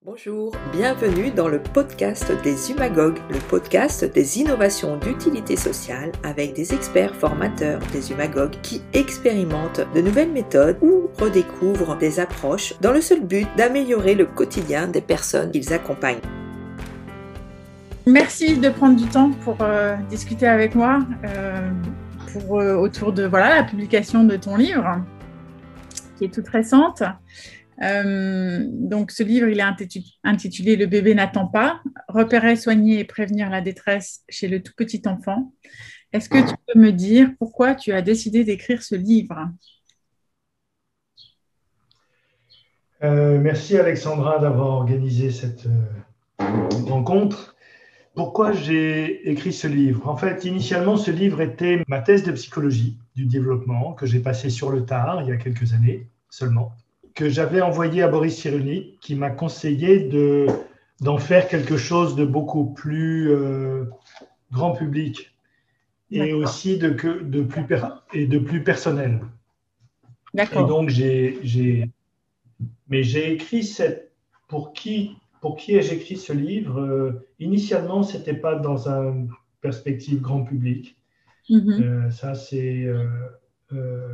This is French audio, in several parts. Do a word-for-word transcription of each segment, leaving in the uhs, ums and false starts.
Bonjour, bienvenue dans le podcast des Humagogues, le podcast des innovations d'utilité sociale avec des experts formateurs des Humagogues qui expérimentent de nouvelles méthodes ou redécouvrent des approches dans le seul but d'améliorer le quotidien des personnes qu'ils accompagnent. Merci de prendre du temps pour euh, discuter avec moi euh, pour, euh, autour de voilà, la publication de ton livre qui est toute récente. Euh, donc, ce livre, il est intitulé, intitulé « Le bébé n'attend pas, repérer, soigner et prévenir la détresse chez le tout petit enfant ». Est-ce que tu peux me dire pourquoi tu as décidé d'écrire ce livre ? euh, Merci Alexandra d'avoir organisé cette euh, rencontre. Pourquoi j'ai écrit ce livre ? En fait, initialement, ce livre était ma thèse de psychologie du développement que j'ai passée sur le tard, il y a quelques années seulement, que j'avais envoyé à Boris Cyrulnik, qui m'a conseillé de, d'en faire quelque chose de beaucoup plus euh, grand public et D'accord. aussi de, de, plus per, et de plus personnel. D'accord. Et donc, j'ai, j'ai, mais j'ai écrit cette, pour qui, pour qui ai-je écrit ce livre ? euh, Initialement, ce n'était pas dans une perspective grand public. Mm-hmm. Euh, ça, c'est, euh, euh,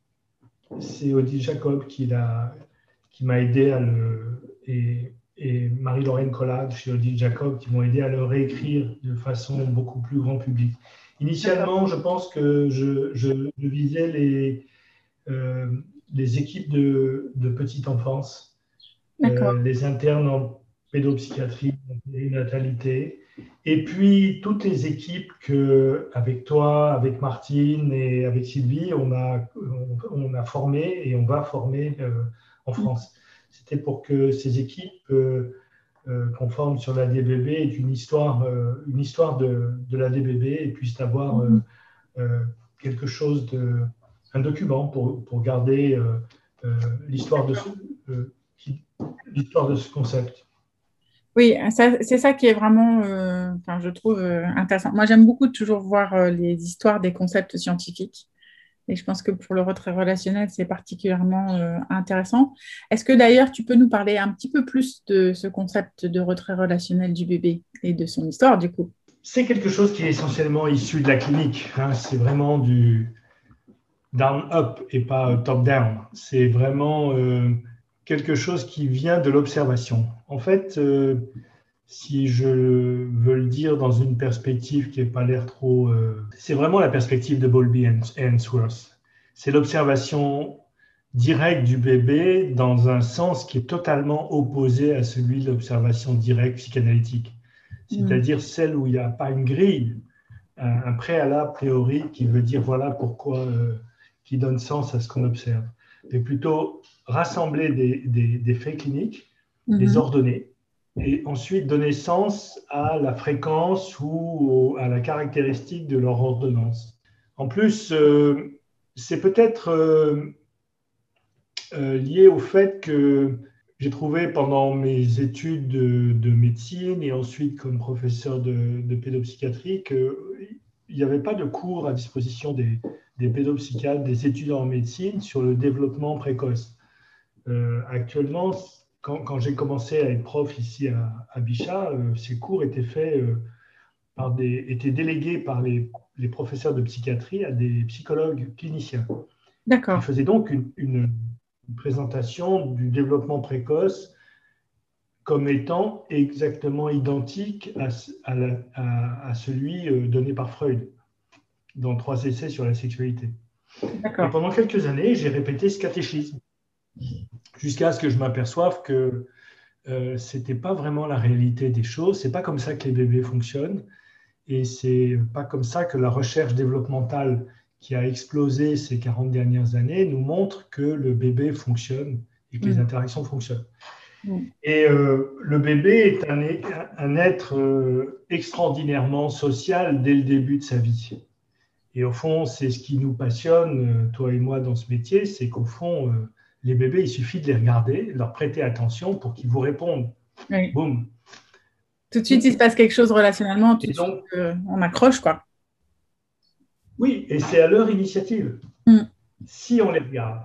c'est Odile Jacob qui l'a qui m'a aidé à le et, et Marie-Laurène Collard chez Odile Jacob qui m'ont aidé à le réécrire de façon beaucoup plus grand public. Initialement, je pense que je, je, je visais les, euh, les équipes de, de petite enfance, euh, les internes en pédopsychiatrie, en périnatalité, et puis toutes les équipes que, avec toi, avec Martine et avec Sylvie, on a, on, on a formé et on va former euh, en France. C'était pour que ces équipes euh, euh, qu'on forme sur l'A D B B aient une histoire, euh, une histoire de, de l'A D B B et puissent avoir euh, euh, quelque chose de, un document pour, pour garder euh, euh, l'histoire de ce, euh, l'histoire de ce concept. Oui, ça, c'est ça qui est vraiment, euh, enfin, je trouve euh, intéressant. Moi, j'aime beaucoup toujours voir euh, les histoires des concepts scientifiques. Et je pense que pour le retrait relationnel, c'est particulièrement euh, intéressant. Est-ce que d'ailleurs, tu peux nous parler un petit peu plus de ce concept de retrait relationnel du bébé et de son histoire, du coup ? C'est quelque chose qui est essentiellement issu de la clinique. Hein. C'est vraiment du down-up et pas top-down. C'est vraiment euh, quelque chose qui vient de l'observation. En fait, euh, si je veux le dire dans une perspective qui n'a pas l'air trop... Euh, c'est vraiment la perspective de Bowlby et Ainsworth. C'est l'observation directe du bébé dans un sens qui est totalement opposé à celui de l'observation directe psychanalytique. C'est-à-dire mmh. celle où il n'y a pas une grille, un, un préalable théorique qui veut dire voilà pourquoi, euh, qui donne sens à ce qu'on observe. Mais plutôt rassembler des, des, des faits cliniques, mmh. les ordonner, et ensuite donner sens à la fréquence ou à la caractéristique de leur ordonnance. En plus, euh, c'est peut-être euh, euh, lié au fait que j'ai trouvé pendant mes études de, de médecine et ensuite comme professeur de, de pédopsychiatrie qu'il n'y avait pas de cours à disposition des, des pédopsychiatres, des étudiants en médecine sur le développement précoce. Euh, actuellement, Quand, quand j'ai commencé à être prof ici à, à Bichat, euh, ces cours étaient faits euh, par des, étaient délégués par les, les professeurs de psychiatrie à des psychologues cliniciens. D'accord. Qui faisaient donc une, une, une présentation du développement précoce comme étant exactement identique à, à, la, à, à celui euh, donné par Freud dans trois essais sur la sexualité. D'accord. Et pendant quelques années, j'ai répété ce catéchisme. Jusqu'à ce que je m'aperçoive que euh, ce n'était pas vraiment la réalité des choses, ce n'est pas comme ça que les bébés fonctionnent, et ce n'est pas comme ça que la recherche développementale qui a explosé ces quarante dernières années nous montre que le bébé fonctionne et que mmh. les interactions fonctionnent. Mmh. Et euh, le bébé est un, un être euh, extraordinairement social dès le début de sa vie. Et au fond, c'est ce qui nous passionne, toi et moi, dans ce métier, c'est qu'au fond, euh, les bébés, il suffit de les regarder, de leur prêter attention pour qu'ils vous répondent. Oui. Boum. Tout de suite, il se passe quelque chose relationnellement, tout et de donc, suite, euh, on accroche, quoi. Oui, et c'est à leur initiative. Mm. Si on les regarde,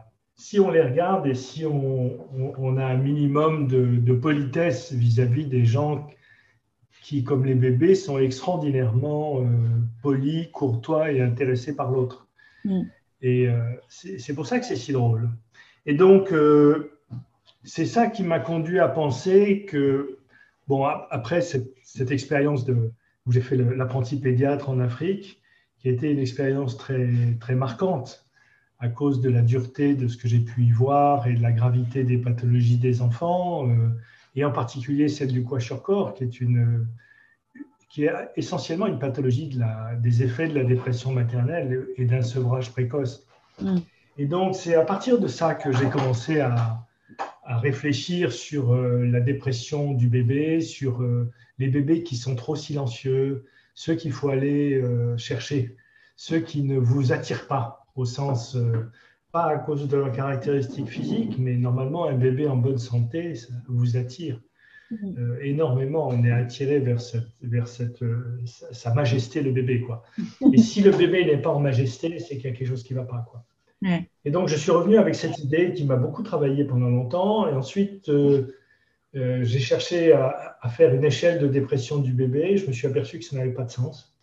si on les regarde et si on, on, on a un minimum de, de politesse vis-à-vis des gens qui, comme les bébés, sont extraordinairement euh, polis, courtois et intéressés par l'autre. Mm. Et euh, c'est pour ça que c'est si drôle. Et donc, euh, c'est ça qui m'a conduit à penser que, bon, après cette, cette expérience de, où j'ai fait l'apprenti pédiatre en Afrique, qui a été une expérience très, très marquante à cause de la dureté de ce que j'ai pu y voir et de la gravité des pathologies des enfants, euh, et en particulier celle du kwashiorkor, qui est, une, qui est essentiellement une pathologie de la, des effets de la dépression maternelle et d'un sevrage précoce. Mm. Et donc, c'est à partir de ça que j'ai commencé à, à réfléchir sur euh, la dépression du bébé, sur euh, les bébés qui sont trop silencieux, ceux qu'il faut aller euh, chercher, ceux qui ne vous attirent pas, au sens, euh, pas à cause de leurs caractéristiques physiques, mais normalement, un bébé en bonne santé, ça vous attire euh, énormément. On est attiré vers, cette, vers cette, euh, sa majesté, le bébé, quoi. Et si le bébé n'est pas en majesté, c'est qu'il y a quelque chose qui ne va pas, quoi. Ouais. Et donc, je suis revenu avec cette idée qui m'a beaucoup travaillé pendant longtemps. Et ensuite, euh, euh, j'ai cherché à, à faire une échelle de dépression du bébé. Je me suis aperçu que ça n'avait pas de sens.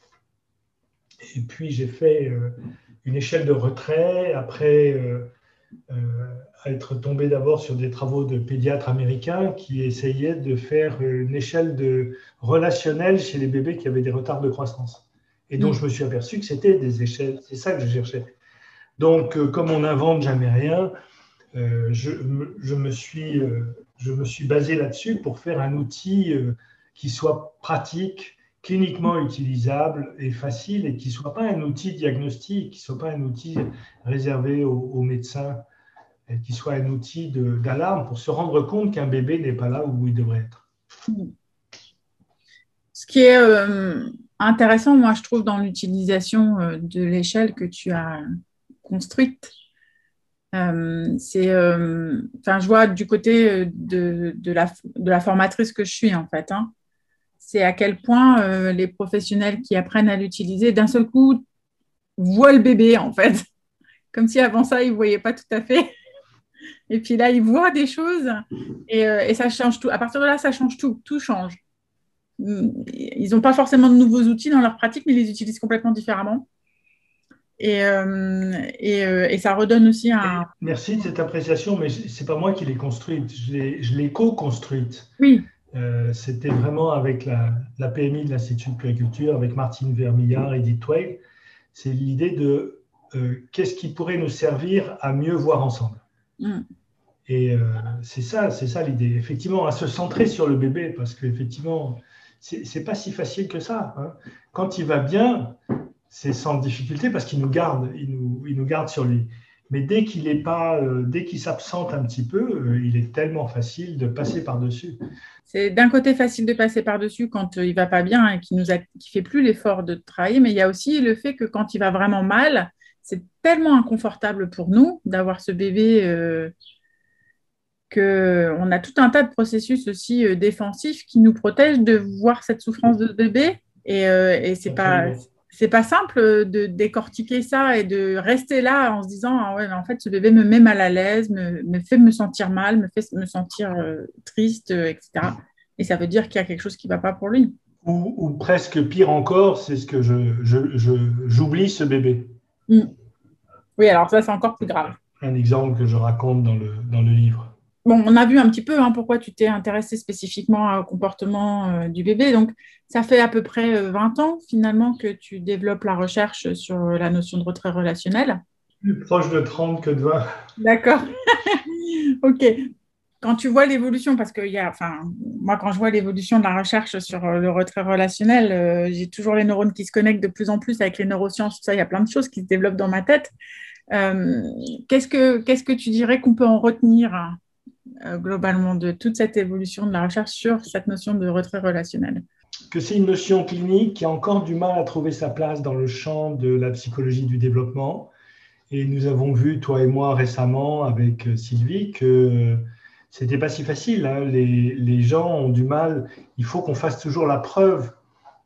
Et puis, j'ai fait euh, une échelle de retrait. Après, euh, euh, être tombé d'abord sur des travaux de pédiatres américains qui essayaient de faire une échelle de relationnelle chez les bébés qui avaient des retards de croissance. Et donc, mmh. je me suis aperçu que c'était des échelles. C'est ça que je cherchais. Donc, euh, comme on n'invente jamais rien, euh, je, je, me suis, euh, je me suis basé là-dessus pour faire un outil euh, qui soit pratique, cliniquement utilisable et facile, et qui ne soit pas un outil diagnostique, qui ne soit pas un outil réservé aux, aux médecins, et qui soit un outil d'alarme pour se rendre compte qu'un bébé n'est pas là où il devrait être. Ce qui est euh, intéressant, moi, je trouve, dans l'utilisation euh, de l'échelle que tu as construite, euh, c'est, euh, enfin, je vois du côté de, de, la, de la formatrice que je suis, en fait, hein, c'est à quel point euh, les professionnels qui apprennent à l'utiliser, d'un seul coup, voient le bébé, en fait, comme si avant ça, ils ne voyaient pas tout à fait. Et puis là, ils voient des choses et, euh, et ça change tout. À partir de là, ça change tout, tout change. Ils n'ont pas forcément de nouveaux outils dans leur pratique, mais ils les utilisent complètement différemment. Et, euh, et, euh, et ça redonne aussi un… Merci de cette appréciation, mais ce n'est pas moi qui l'ai construite, je l'ai co-construite. Oui. Euh, C'était vraiment avec la, la P M I de l'Institut de Puériculture, avec Martine Vermillard et Edith Tway. C'est l'idée de euh, qu'est-ce qui pourrait nous servir à mieux voir ensemble. Mm. Et euh, c'est ça, c'est ça l'idée. Effectivement, à se centrer sur le bébé, parce qu'effectivement, c'est pas si facile que ça. Hein. Quand il va bien, c'est sans difficulté parce qu'il nous garde, il nous, il nous garde sur lui. Mais dès qu'il est pas, euh, dès qu'il s'absente un petit peu, euh, il est tellement facile de passer par-dessus. C'est d'un côté facile de passer par-dessus quand euh, il va pas bien et qu'il nous a, qu'il fait plus l'effort de travailler, mais il y a aussi le fait que quand il va vraiment mal, c'est tellement inconfortable pour nous d'avoir ce bébé euh, qu'on a tout un tas de processus aussi euh, défensifs qui nous protègent de voir cette souffrance de bébé. Et, euh, et ce n'est pas, c'est pas simple de décortiquer ça et de rester là en se disant ah ouais, en fait, ce bébé me met mal à l'aise, me, me fait me sentir mal, me fait me sentir euh, triste, euh, et cetera. Et ça veut dire qu'il y a quelque chose qui ne va pas pour lui. Ou, ou presque pire encore, c'est ce que je, je, je, j'oublie ce bébé. Mmh. Oui, alors ça, c'est encore plus grave. Un exemple que je raconte dans le, dans le livre. Bon, on a vu un petit peu hein, pourquoi tu t'es intéressé spécifiquement au comportement euh, du bébé. Donc, ça fait à peu près euh, vingt ans, finalement, que tu développes la recherche sur la notion de retrait relationnel. Plus proche de trente que de vingt. D'accord. OK. Quand tu vois l'évolution, parce que y a, enfin, moi, quand je vois l'évolution de la recherche sur le retrait relationnel, euh, j'ai toujours les neurones qui se connectent de plus en plus avec les neurosciences. Tout ça, il y a plein de choses qui se développent dans ma tête. Euh, qu'est-ce que, qu'est-ce que tu dirais qu'on peut en retenir euh, globalement de toute cette évolution de la recherche sur cette notion de retrait relationnel? Que c'est une notion clinique qui a encore du mal à trouver sa place dans le champ de la psychologie du développement. Et nous avons vu, toi et moi, récemment, avec Sylvie, que c'était pas si facile. Hein. Les, les gens ont du mal. Il faut qu'on fasse toujours la preuve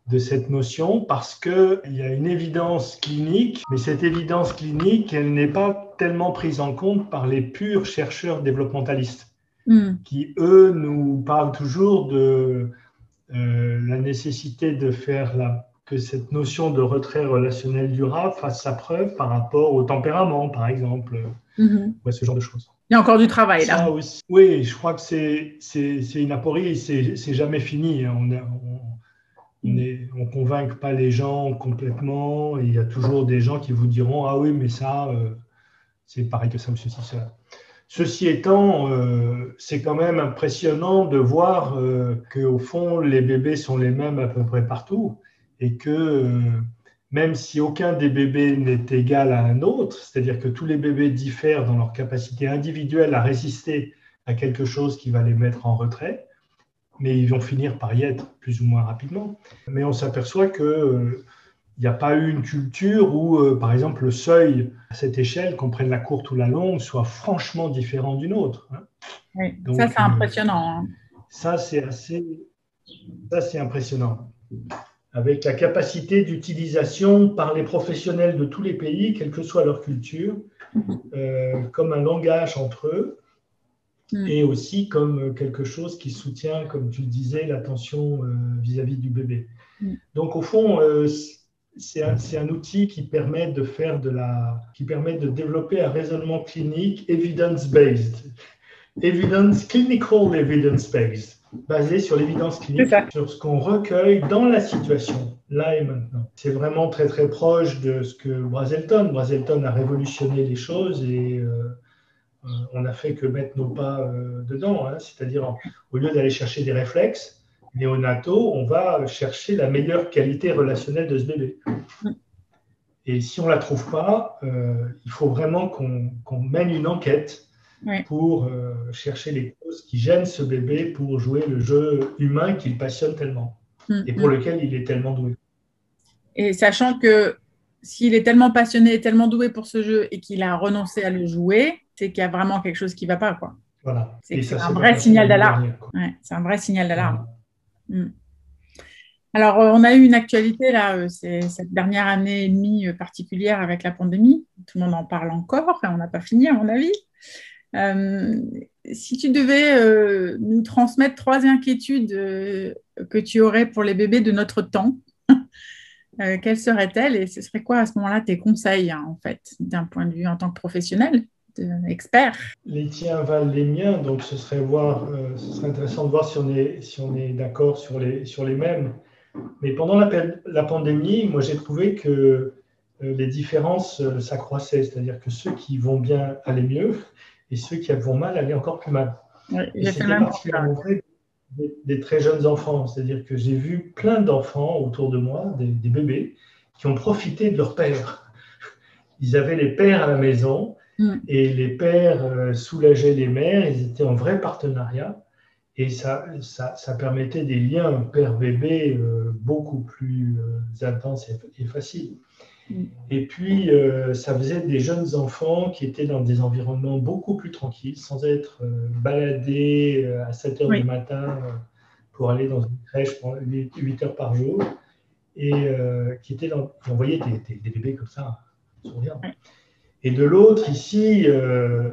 de cette notion parce qu'il y a une évidence clinique, mais cette évidence clinique, elle n'est pas tellement prise en compte par les purs chercheurs développementalistes, mm. qui, eux, nous parlent toujours de euh, la nécessité de faire la, que cette notion de retrait relationnel durable fasse sa preuve par rapport au tempérament, par exemple, mm-hmm. ou à ce genre de choses. Il y a encore du travail, là. Ça aussi, oui, je crois que c'est, c'est, c'est une aporie, c'est, c'est jamais fini. On a, on, On ne convainc pas les gens complètement. Il y a toujours des gens qui vous diront « Ah oui, mais ça, euh, c'est pareil que ça ou ceci, cela ». Ceci étant, euh, c'est quand même impressionnant de voir euh, qu'au fond, les bébés sont les mêmes à peu près partout et que euh, même si aucun des bébés n'est égal à un autre, c'est-à-dire que tous les bébés diffèrent dans leur capacité individuelle à résister à quelque chose qui va les mettre en retrait, mais ils vont finir par y être plus ou moins rapidement. Mais on s'aperçoit qu'il euh, n'y a pas eu une culture où, euh, par exemple, le seuil à cette échelle, qu'on prenne la courte ou la longue, soit franchement différent d'une autre. Hein. Oui, donc, ça, c'est euh, impressionnant. Hein. Ça, c'est assez... Ça, c'est impressionnant. Avec la capacité d'utilisation par les professionnels de tous les pays, quelle que soit leur culture, euh, comme un langage entre eux, et aussi comme quelque chose qui soutient, comme tu le disais, l'attention euh, vis-à-vis du bébé. Mm. Donc, au fond, euh, c'est, un, c'est un outil qui permet de faire de la, qui permet de développer un raisonnement clinique evidence-based, evidence, clinical evidence-based, basé sur l'évidence clinique, sur ce qu'on recueille dans la situation, là et maintenant. C'est vraiment très, très proche de ce que Brazelton, Brazelton a révolutionné les choses et euh, on n'a fait que mettre nos pas euh, dedans, hein, c'est-à-dire en, au lieu d'aller chercher des réflexes néonataux, on va chercher la meilleure qualité relationnelle de ce bébé. Et si on ne la trouve pas, euh, il faut vraiment qu'on, qu'on mène une enquête oui. pour euh, chercher les causes qui gênent ce bébé pour jouer le jeu humain qu'il passionne tellement mmh, et pour mmh. lequel il est tellement doué. Et sachant que s'il est tellement passionné et tellement doué pour ce jeu et qu'il a renoncé à le jouer, c'est qu'il y a vraiment quelque chose qui ne va pas, quoi. Voilà. C'est, ça, c'est un vrai signal d'alarme. Ouais, c'est un vrai signal d'alarme. Voilà. Mm. Alors, on a eu une actualité, là, c'est cette dernière année et demie particulière avec la pandémie. Tout le monde en parle encore et on n'a pas fini, à mon avis. Euh, si tu devais euh, nous transmettre trois inquiétudes euh, que tu aurais pour les bébés de notre temps, euh, quelles seraient-elles et ce serait quoi à ce moment-là tes conseils, hein, en fait, d'un point de vue en tant que professionnel ? Expert. Les tiens valent les miens, donc ce serait, voir, euh, ce serait intéressant de voir si on est, si on est d'accord sur les, sur les mêmes. Mais pendant la, la pandémie, moi j'ai trouvé que euh, les différences euh, s'accroissaient, c'est-à-dire que ceux qui vont bien allaient mieux et ceux qui vont mal allaient encore plus mal. Oui, et c'était particulièrement vrai des, des très jeunes enfants, c'est-à-dire que j'ai vu plein d'enfants autour de moi, des, des bébés, qui ont profité de leur père. Ils avaient les pères à la maison. Et les pères euh, soulageaient les mères, ils étaient en vrai partenariat et ça, ça, ça permettait des liens père-bébé euh, beaucoup plus euh, intenses et, et faciles. Mm. Et puis, euh, ça faisait des jeunes enfants qui étaient dans des environnements beaucoup plus tranquilles, sans être euh, baladés euh, à sept heures oui. du matin euh, pour aller dans une crèche pendant huit heures par jour et euh, qui étaient dans, on voyait des, des, des bébés comme ça, souriants. Oui. Et de l'autre, ici, euh,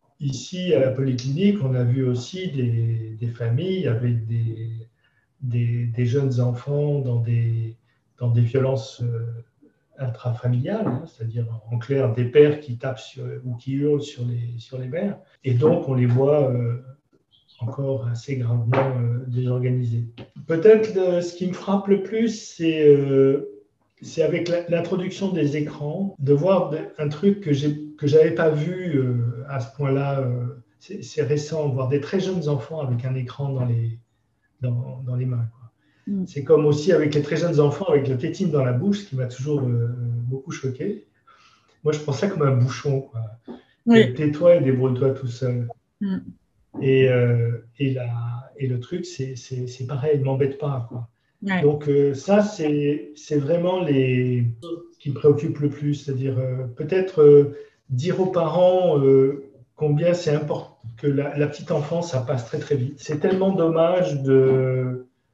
ici, à la polyclinique, on a vu aussi des, des familles avec des, des, des jeunes enfants dans des, dans des violences euh, intrafamiliales, hein, c'est-à-dire en clair des pères qui tapent sur, ou qui hurlent sur les, sur les mères. Et donc, on les voit euh, encore assez gravement euh, désorganisés. Peut-être le, ce qui me frappe le plus, c'est... Euh, c'est avec l'introduction des écrans, de voir un truc que j'ai, que je n'avais pas vu euh, à ce point-là, euh, c'est, c'est récent, voir des très jeunes enfants avec un écran dans les, dans, dans les mains. Quoi. Mm. C'est comme aussi avec les très jeunes enfants avec la tétine dans la bouche, ce qui m'a toujours euh, beaucoup choqué. Moi, je prends ça comme un bouchon. Quoi. Oui. Tais-toi et débrouille-toi tout seul. Mm. Et, euh, et, la, et le truc, c'est, c'est, c'est pareil, ne m'embête pas, quoi. Ouais. Donc euh, ça, c'est, c'est vraiment les ce qui me préoccupe le plus, c'est-à-dire euh, peut-être euh, dire aux parents euh, combien c'est important que la, la petite enfance, ça passe très très vite. C'est tellement dommage de,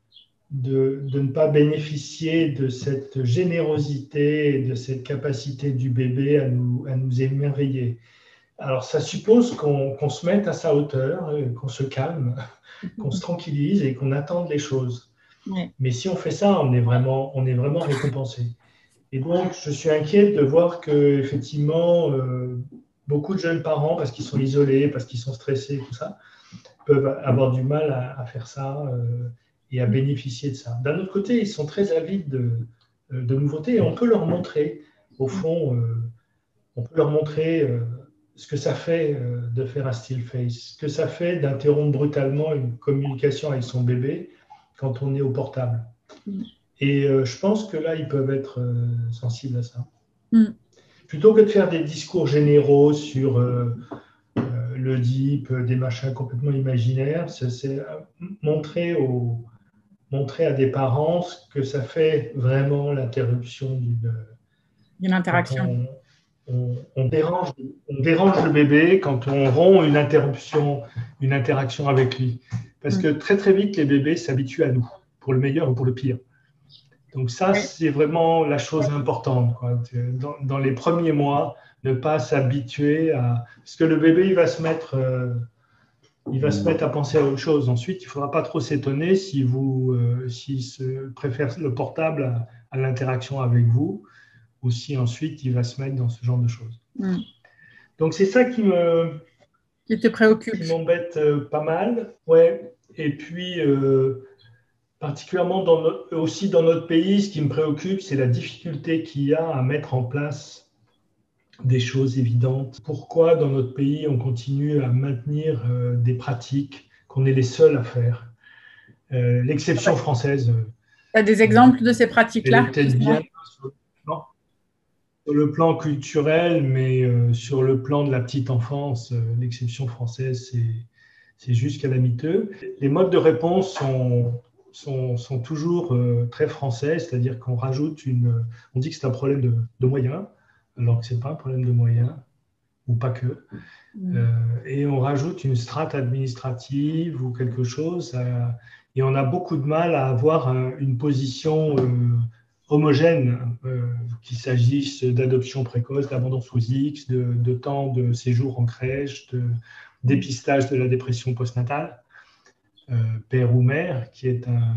de, de ne pas bénéficier de cette générosité et de cette capacité du bébé à nous, à nous émerveiller. Alors, ça suppose qu'on qu'on se mette à sa hauteur, qu'on se calme, qu'on se tranquillise et qu'on attende les choses. Ouais. Mais si on fait ça, on est vraiment, on est vraiment récompensé. Et donc, je suis inquiet de voir que effectivement, euh, beaucoup de jeunes parents, parce qu'ils sont isolés, parce qu'ils sont stressés, tout ça, peuvent avoir du mal à, à faire ça euh, et à bénéficier de ça. D'un autre côté, ils sont très avides de, de nouveautés et on peut leur montrer, au fond, euh, on peut leur montrer euh, ce que ça fait euh, de faire un still face, ce que ça fait d'interrompre brutalement une communication avec son bébé quand on est au portable. Mm. Et euh, je pense que là, ils peuvent être euh, sensibles à ça. Mm. Plutôt que de faire des discours généraux sur euh, euh, le deep, des machins complètement imaginaires, c'est montrer, au, montrer à des parents ce que ça fait vraiment l'interruption d'une Une interaction. On, on, on, dérange, on dérange le bébé quand on rompt une interruption, une interaction avec lui. Parce que très très vite, les bébés s'habituent à nous, pour le meilleur ou pour le pire. Donc ça, c'est vraiment la chose importante, quoi. Dans, dans les premiers mois, ne pas s'habituer à... Parce que le bébé, il va se mettre, euh, il va se mettre à penser à autre chose. Ensuite, il ne faudra pas trop s'étonner si vous, euh, s'il se préfère le portable à, à l'interaction avec vous, ou si ensuite, il va se mettre dans ce genre de choses. Mm. Donc c'est ça qui me... Qui te préoccupe. Qui m'embête euh, pas mal. Ouais. Et puis... Euh, particulièrement dans notre, aussi dans notre pays, ce qui me préoccupe, c'est la difficulté qu'il y a à mettre en place des choses évidentes. Pourquoi dans notre pays, on continue à maintenir euh, des pratiques qu'on est les seuls à faire? euh, L'exception française. Tu as des exemples de ces pratiques-là? Elle est peut-être bien sur le, plan, sur le plan culturel, mais euh, sur le plan de la petite enfance, euh, l'exception française, c'est juste calamiteux. Les modes de réponse sont... Sont, sont toujours euh, très français, c'est-à-dire qu'on rajoute une... On dit que c'est un problème de, de moyens, alors que ce n'est pas un problème de moyens, ou pas que. Mmh. Euh, et on rajoute une strate administrative ou quelque chose, euh, et on a beaucoup de mal à avoir un, une position euh, homogène, euh, qu'il s'agisse d'adoption précoce, d'abandon sous X, de, de temps de séjour en crèche, de dépistage de la dépression postnatale. Euh, père ou mère, qui est un...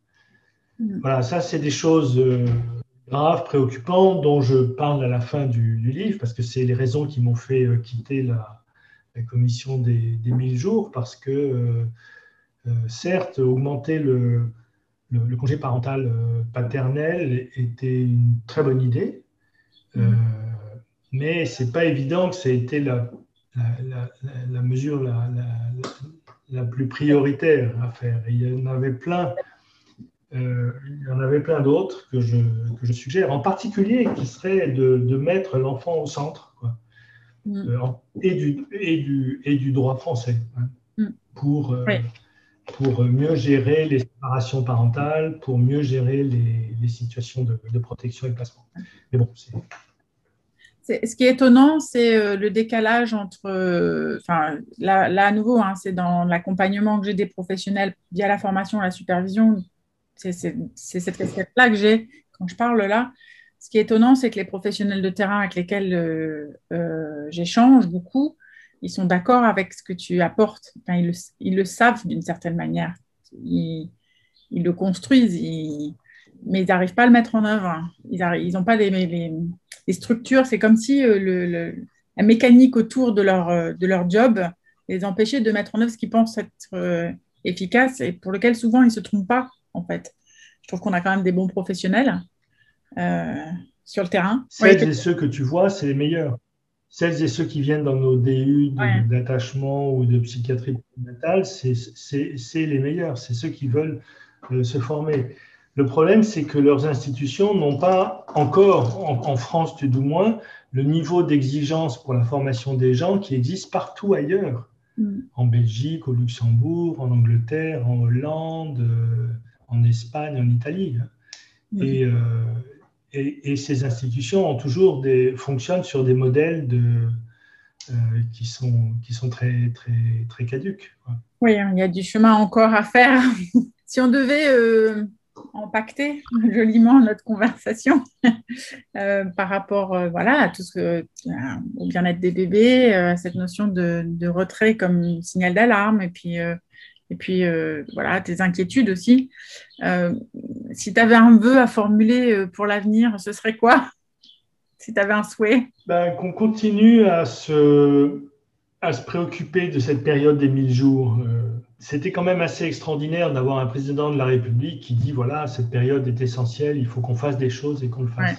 Mmh. Voilà, ça, c'est des choses euh, graves, préoccupantes, dont je parle à la fin du, du livre, parce que c'est les raisons qui m'ont fait euh, quitter la, la commission des, des mille jours, parce que, euh, euh, certes, augmenter le, le, le congé parental euh, paternel était une très bonne idée, mmh. euh, mais ce n'est pas évident que ça ait été la, la, la, la, la mesure la, la, la la plus prioritaire à faire. Et il y en avait plein, euh, il y en avait plein d'autres que je, que je suggère, en particulier qui serait de, de mettre l'enfant au centre, quoi. Mm. Euh, et, du, et, du, et du droit français, hein, mm. pour, euh, oui. pour mieux gérer les séparations parentales, pour mieux gérer les, les situations de, de protection et de placement. Mais bon, c'est... Ce qui est étonnant, c'est le décalage entre, enfin, là, là à nouveau, hein, c'est dans l'accompagnement que j'ai des professionnels via la formation, la supervision, c'est cette casquette-là que j'ai quand je parle là. Ce qui est étonnant, c'est que les professionnels de terrain avec lesquels euh, euh, j'échange beaucoup, ils sont d'accord avec ce que tu apportes. Enfin, ils, le, ils le savent d'une certaine manière. Ils, ils le construisent, ils, mais ils n'arrivent pas à le mettre en œuvre. Ils n'ont pas les, les, les structures. C'est comme si euh, le, le, la mécanique autour de leur, euh, de leur job les empêchait de mettre en œuvre ce qu'ils pensent être euh, efficace et pour lequel souvent ils ne se trompent pas, en fait. Je trouve qu'on a quand même des bons professionnels euh, sur le terrain. Celles ouais, et ceux que tu vois, c'est les meilleurs. Celles et ceux qui viennent dans nos D U ouais. d'attachement ou de psychiatrie mentale, c'est les meilleurs. C'est ceux qui veulent euh, se former. Le problème, c'est que leurs institutions n'ont pas encore, en, en France tout du moins, le niveau d'exigence pour la formation des gens qui existe partout ailleurs. Mm. En Belgique, au Luxembourg, en Angleterre, en Hollande, euh, en Espagne, en Italie. Mm. Et, euh, et, et ces institutions ont toujours des, fonctionnent sur des modèles de, euh, qui, sont, qui sont très, très, très caducs, quoi. Oui, il y a du chemin encore à faire. Si on devait... Euh... empaqueté joliment notre conversation euh, par rapport euh, voilà, à tout ce que, euh, au bien-être des bébés, euh, cette notion de, de retrait comme signal d'alarme, et puis, euh, et puis euh, voilà, tes inquiétudes aussi. Euh, si tu avais un vœu à formuler pour l'avenir, ce serait quoi? Si tu avais un souhait? Ben, qu'on continue à se, à se préoccuper de cette période des mille jours. Euh, C'était quand même assez extraordinaire d'avoir un président de la République qui dit, voilà, cette période est essentielle, il faut qu'on fasse des choses et qu'on le fasse. Ouais.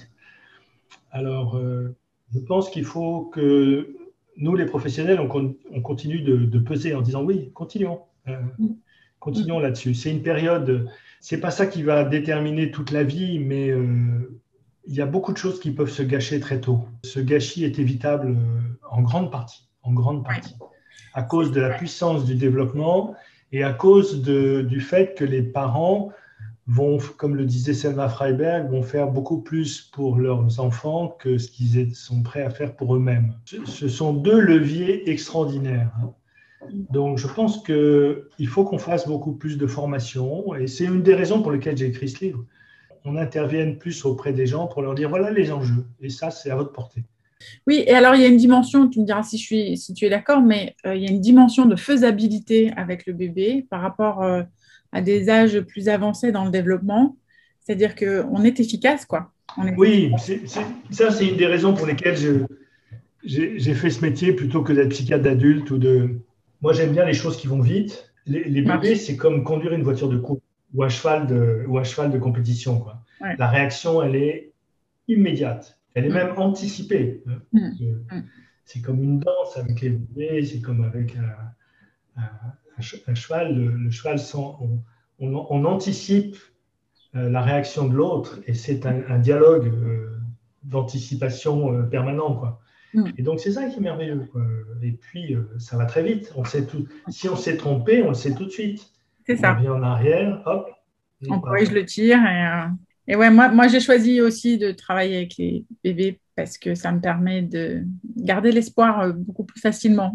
Alors, euh, je pense qu'il faut que nous, les professionnels, on, con- on continue de, de peser en disant, oui, continuons, euh, continuons là-dessus. C'est une période, c'est pas ça qui va déterminer toute la vie, mais euh, il y a beaucoup de choses qui peuvent se gâcher très tôt. Ce gâchis est évitable euh, en grande partie, en grande partie, à cause de la puissance du développement et à cause de, du fait que les parents vont, comme le disait Selma Freiberg, vont faire beaucoup plus pour leurs enfants que ce qu'ils sont prêts à faire pour eux-mêmes. Ce sont deux leviers extraordinaires. Donc, je pense qu'il faut qu'on fasse beaucoup plus de formation, et c'est une des raisons pour lesquelles j'ai écrit ce livre. On intervienne plus auprès des gens pour leur dire, voilà les enjeux, et ça, c'est à votre portée. Oui, et alors il y a une dimension, tu me diras si, je suis, si tu es d'accord, mais euh, il y a une dimension de faisabilité avec le bébé par rapport euh, à des âges plus avancés dans le développement. C'est-à-dire qu'on est efficace, quoi. On est Oui, c'est, c'est, ça, c'est une des raisons pour lesquelles je, j'ai, j'ai fait ce métier plutôt que d'être psychiatre d'adulte ou de... Moi, j'aime bien les choses qui vont vite. Les, les bébés, c'est comme conduire une voiture de course ou un cheval de, ou un cheval de compétition, quoi. Ouais. La réaction, elle est immédiate. Elle est mmh. même anticipée. Mmh. C'est comme une danse avec les bébés, c'est comme avec un, un, un cheval. Le, le cheval, sent, on, on, on anticipe euh, la réaction de l'autre, et c'est un, un dialogue euh, d'anticipation euh, permanent, quoi. Mmh. Et donc, c'est ça qui est merveilleux, quoi. Et puis, euh, ça va très vite. On sait tout. Si on s'est trompé, on le sait tout de suite. C'est ça. On revient en arrière, hop. On corrige le tir. Et, euh... et ouais, moi, moi j'ai choisi aussi de travailler avec les bébés parce que ça me permet de garder l'espoir beaucoup plus facilement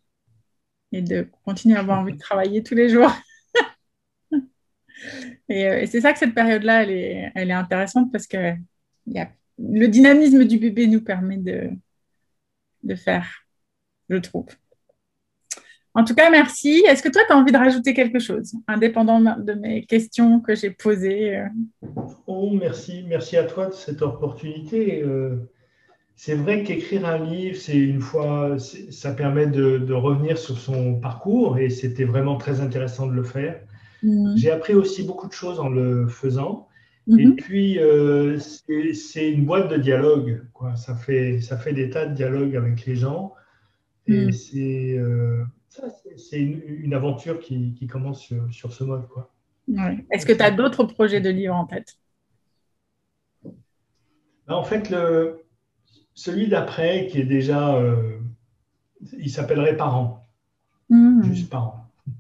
et de continuer à avoir envie de travailler tous les jours. et, euh, et c'est ça que cette période-là, elle est, elle est intéressante parce que y a, le dynamisme du bébé nous permet de, de faire, je trouve. En tout cas, merci. Est-ce que toi, tu as envie de rajouter quelque chose, indépendant de mes questions que j'ai posées? Oh, merci. Merci à toi de cette opportunité. Euh, c'est vrai qu'écrire un livre, c'est une fois, c'est, ça permet de, de revenir sur son parcours, et c'était vraiment très intéressant de le faire. Mmh. J'ai appris aussi beaucoup de choses en le faisant. Mmh. Et puis, euh, c'est, c'est une boîte de dialogue, quoi. Ça fait, ça fait des tas de dialogues avec les gens. Et mmh. c'est... Euh, Ça, c'est une, une aventure qui, qui commence sur, sur ce mode, quoi. Ouais. Est-ce que tu as d'autres projets de livres en tête? En fait, le, celui d'après, qui est déjà, euh, il s'appellerait Parents, mmh. juste Parents.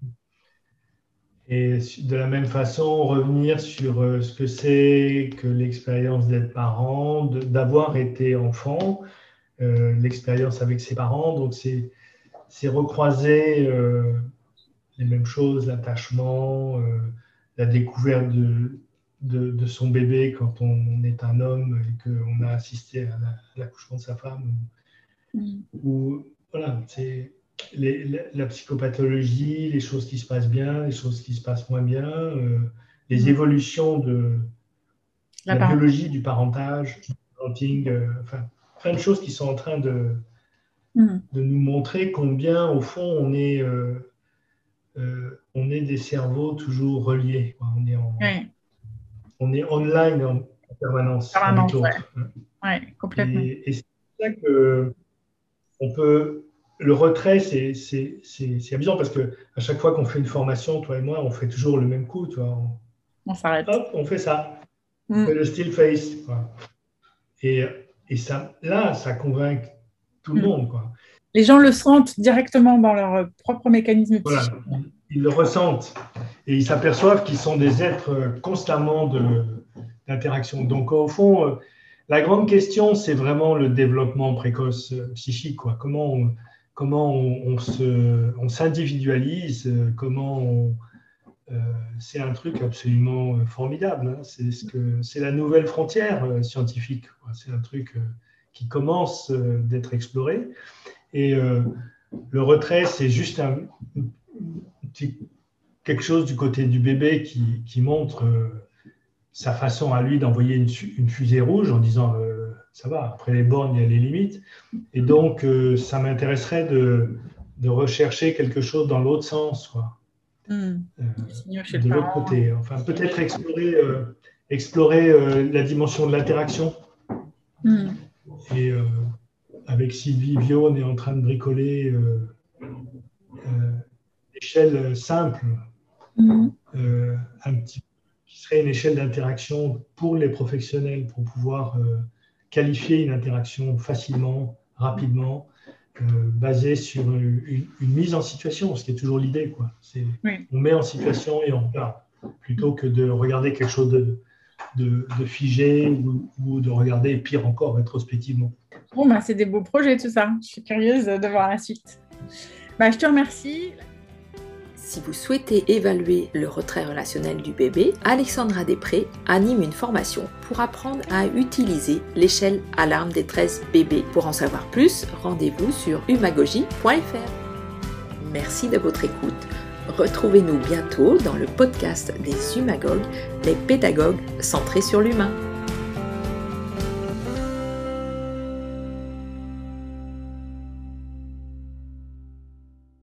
Et de la même façon, revenir sur euh, ce que c'est que l'expérience d'être parent, de, d'avoir été enfant, euh, l'expérience avec ses parents. Donc, c'est c'est recroiser euh, les mêmes choses, l'attachement, euh, la découverte de, de, de son bébé quand on est un homme et qu'on a assisté à, la, à l'accouchement de sa femme. Mm. Ou, voilà, c'est les, la, la psychopathologie, les choses qui se passent bien, les choses qui se passent moins bien, euh, les mm. évolutions de la, la biologie du parentage, du parenting, euh, enfin, plein de choses qui sont en train de de nous montrer combien, au fond, on est, euh, euh, on est des cerveaux toujours reliés. Quoi. On, est en, oui. on est online en, en permanence. Permanence, avec l'autre. Ouais. Ouais, complètement. Et, et c'est pour ça que on peut, le retrait, c'est, c'est, c'est, c'est amusant parce qu'à chaque fois qu'on fait une formation, toi et moi, on fait toujours le même coup. Tu vois. On, on s'arrête. Hop, on fait ça. Mm. On fait le still face. Quoi. Et, et ça, là, ça convainc tout le mmh. monde, quoi. Les gens le sentent directement dans leur propre mécanisme psychique. Voilà, ils le ressentent et ils s'aperçoivent qu'ils sont des êtres constamment de, d'interaction. Donc, au fond, la grande question, c'est vraiment le développement précoce psychique, quoi. Comment on, comment on, on, se, on s'individualise, comment on, euh, c'est un truc absolument formidable. Hein. C'est, ce que, c'est la nouvelle frontière euh, scientifique. Quoi. C'est un truc euh, qui commence euh, d'être exploré. Et euh, le retrait, c'est juste un, petit, quelque chose du côté du bébé qui, qui montre euh, sa façon à lui d'envoyer une, une fusée rouge en disant euh, ça va, après les bornes, il y a les limites. Et donc, euh, ça m'intéresserait de, de rechercher quelque chose dans l'autre sens, quoi. Mmh. Euh, de l'autre côté. Enfin, peut-être explorer, euh, explorer euh, la dimension de l'interaction. Mmh. Et euh, avec Sylvie Viau, on est en train de bricoler euh, euh, l'échelle simple, mmh. euh, un petit qui serait une échelle d'interaction pour les professionnels, pour pouvoir euh, qualifier une interaction facilement, rapidement, euh, basée sur une, une mise en situation, ce qui est toujours l'idée, quoi. C'est, oui. On met en situation et on regarde, plutôt que de regarder quelque chose de, de, de figé ou, ou de regarder, pire encore, rétrospectivement. Bon, bah, c'est des beaux projets, tout ça. Je suis curieuse de voir la suite. Bah, je te remercie. Si vous souhaitez évaluer le retrait relationnel du bébé, Alexandra Després anime une formation pour apprendre à utiliser l'échelle Alarme Détresse Bébé. Pour en savoir plus, rendez-vous sur humagogie point f r. Merci de votre écoute. Retrouvez-nous bientôt dans le podcast des Humagogues, les pédagogues centrés sur l'humain.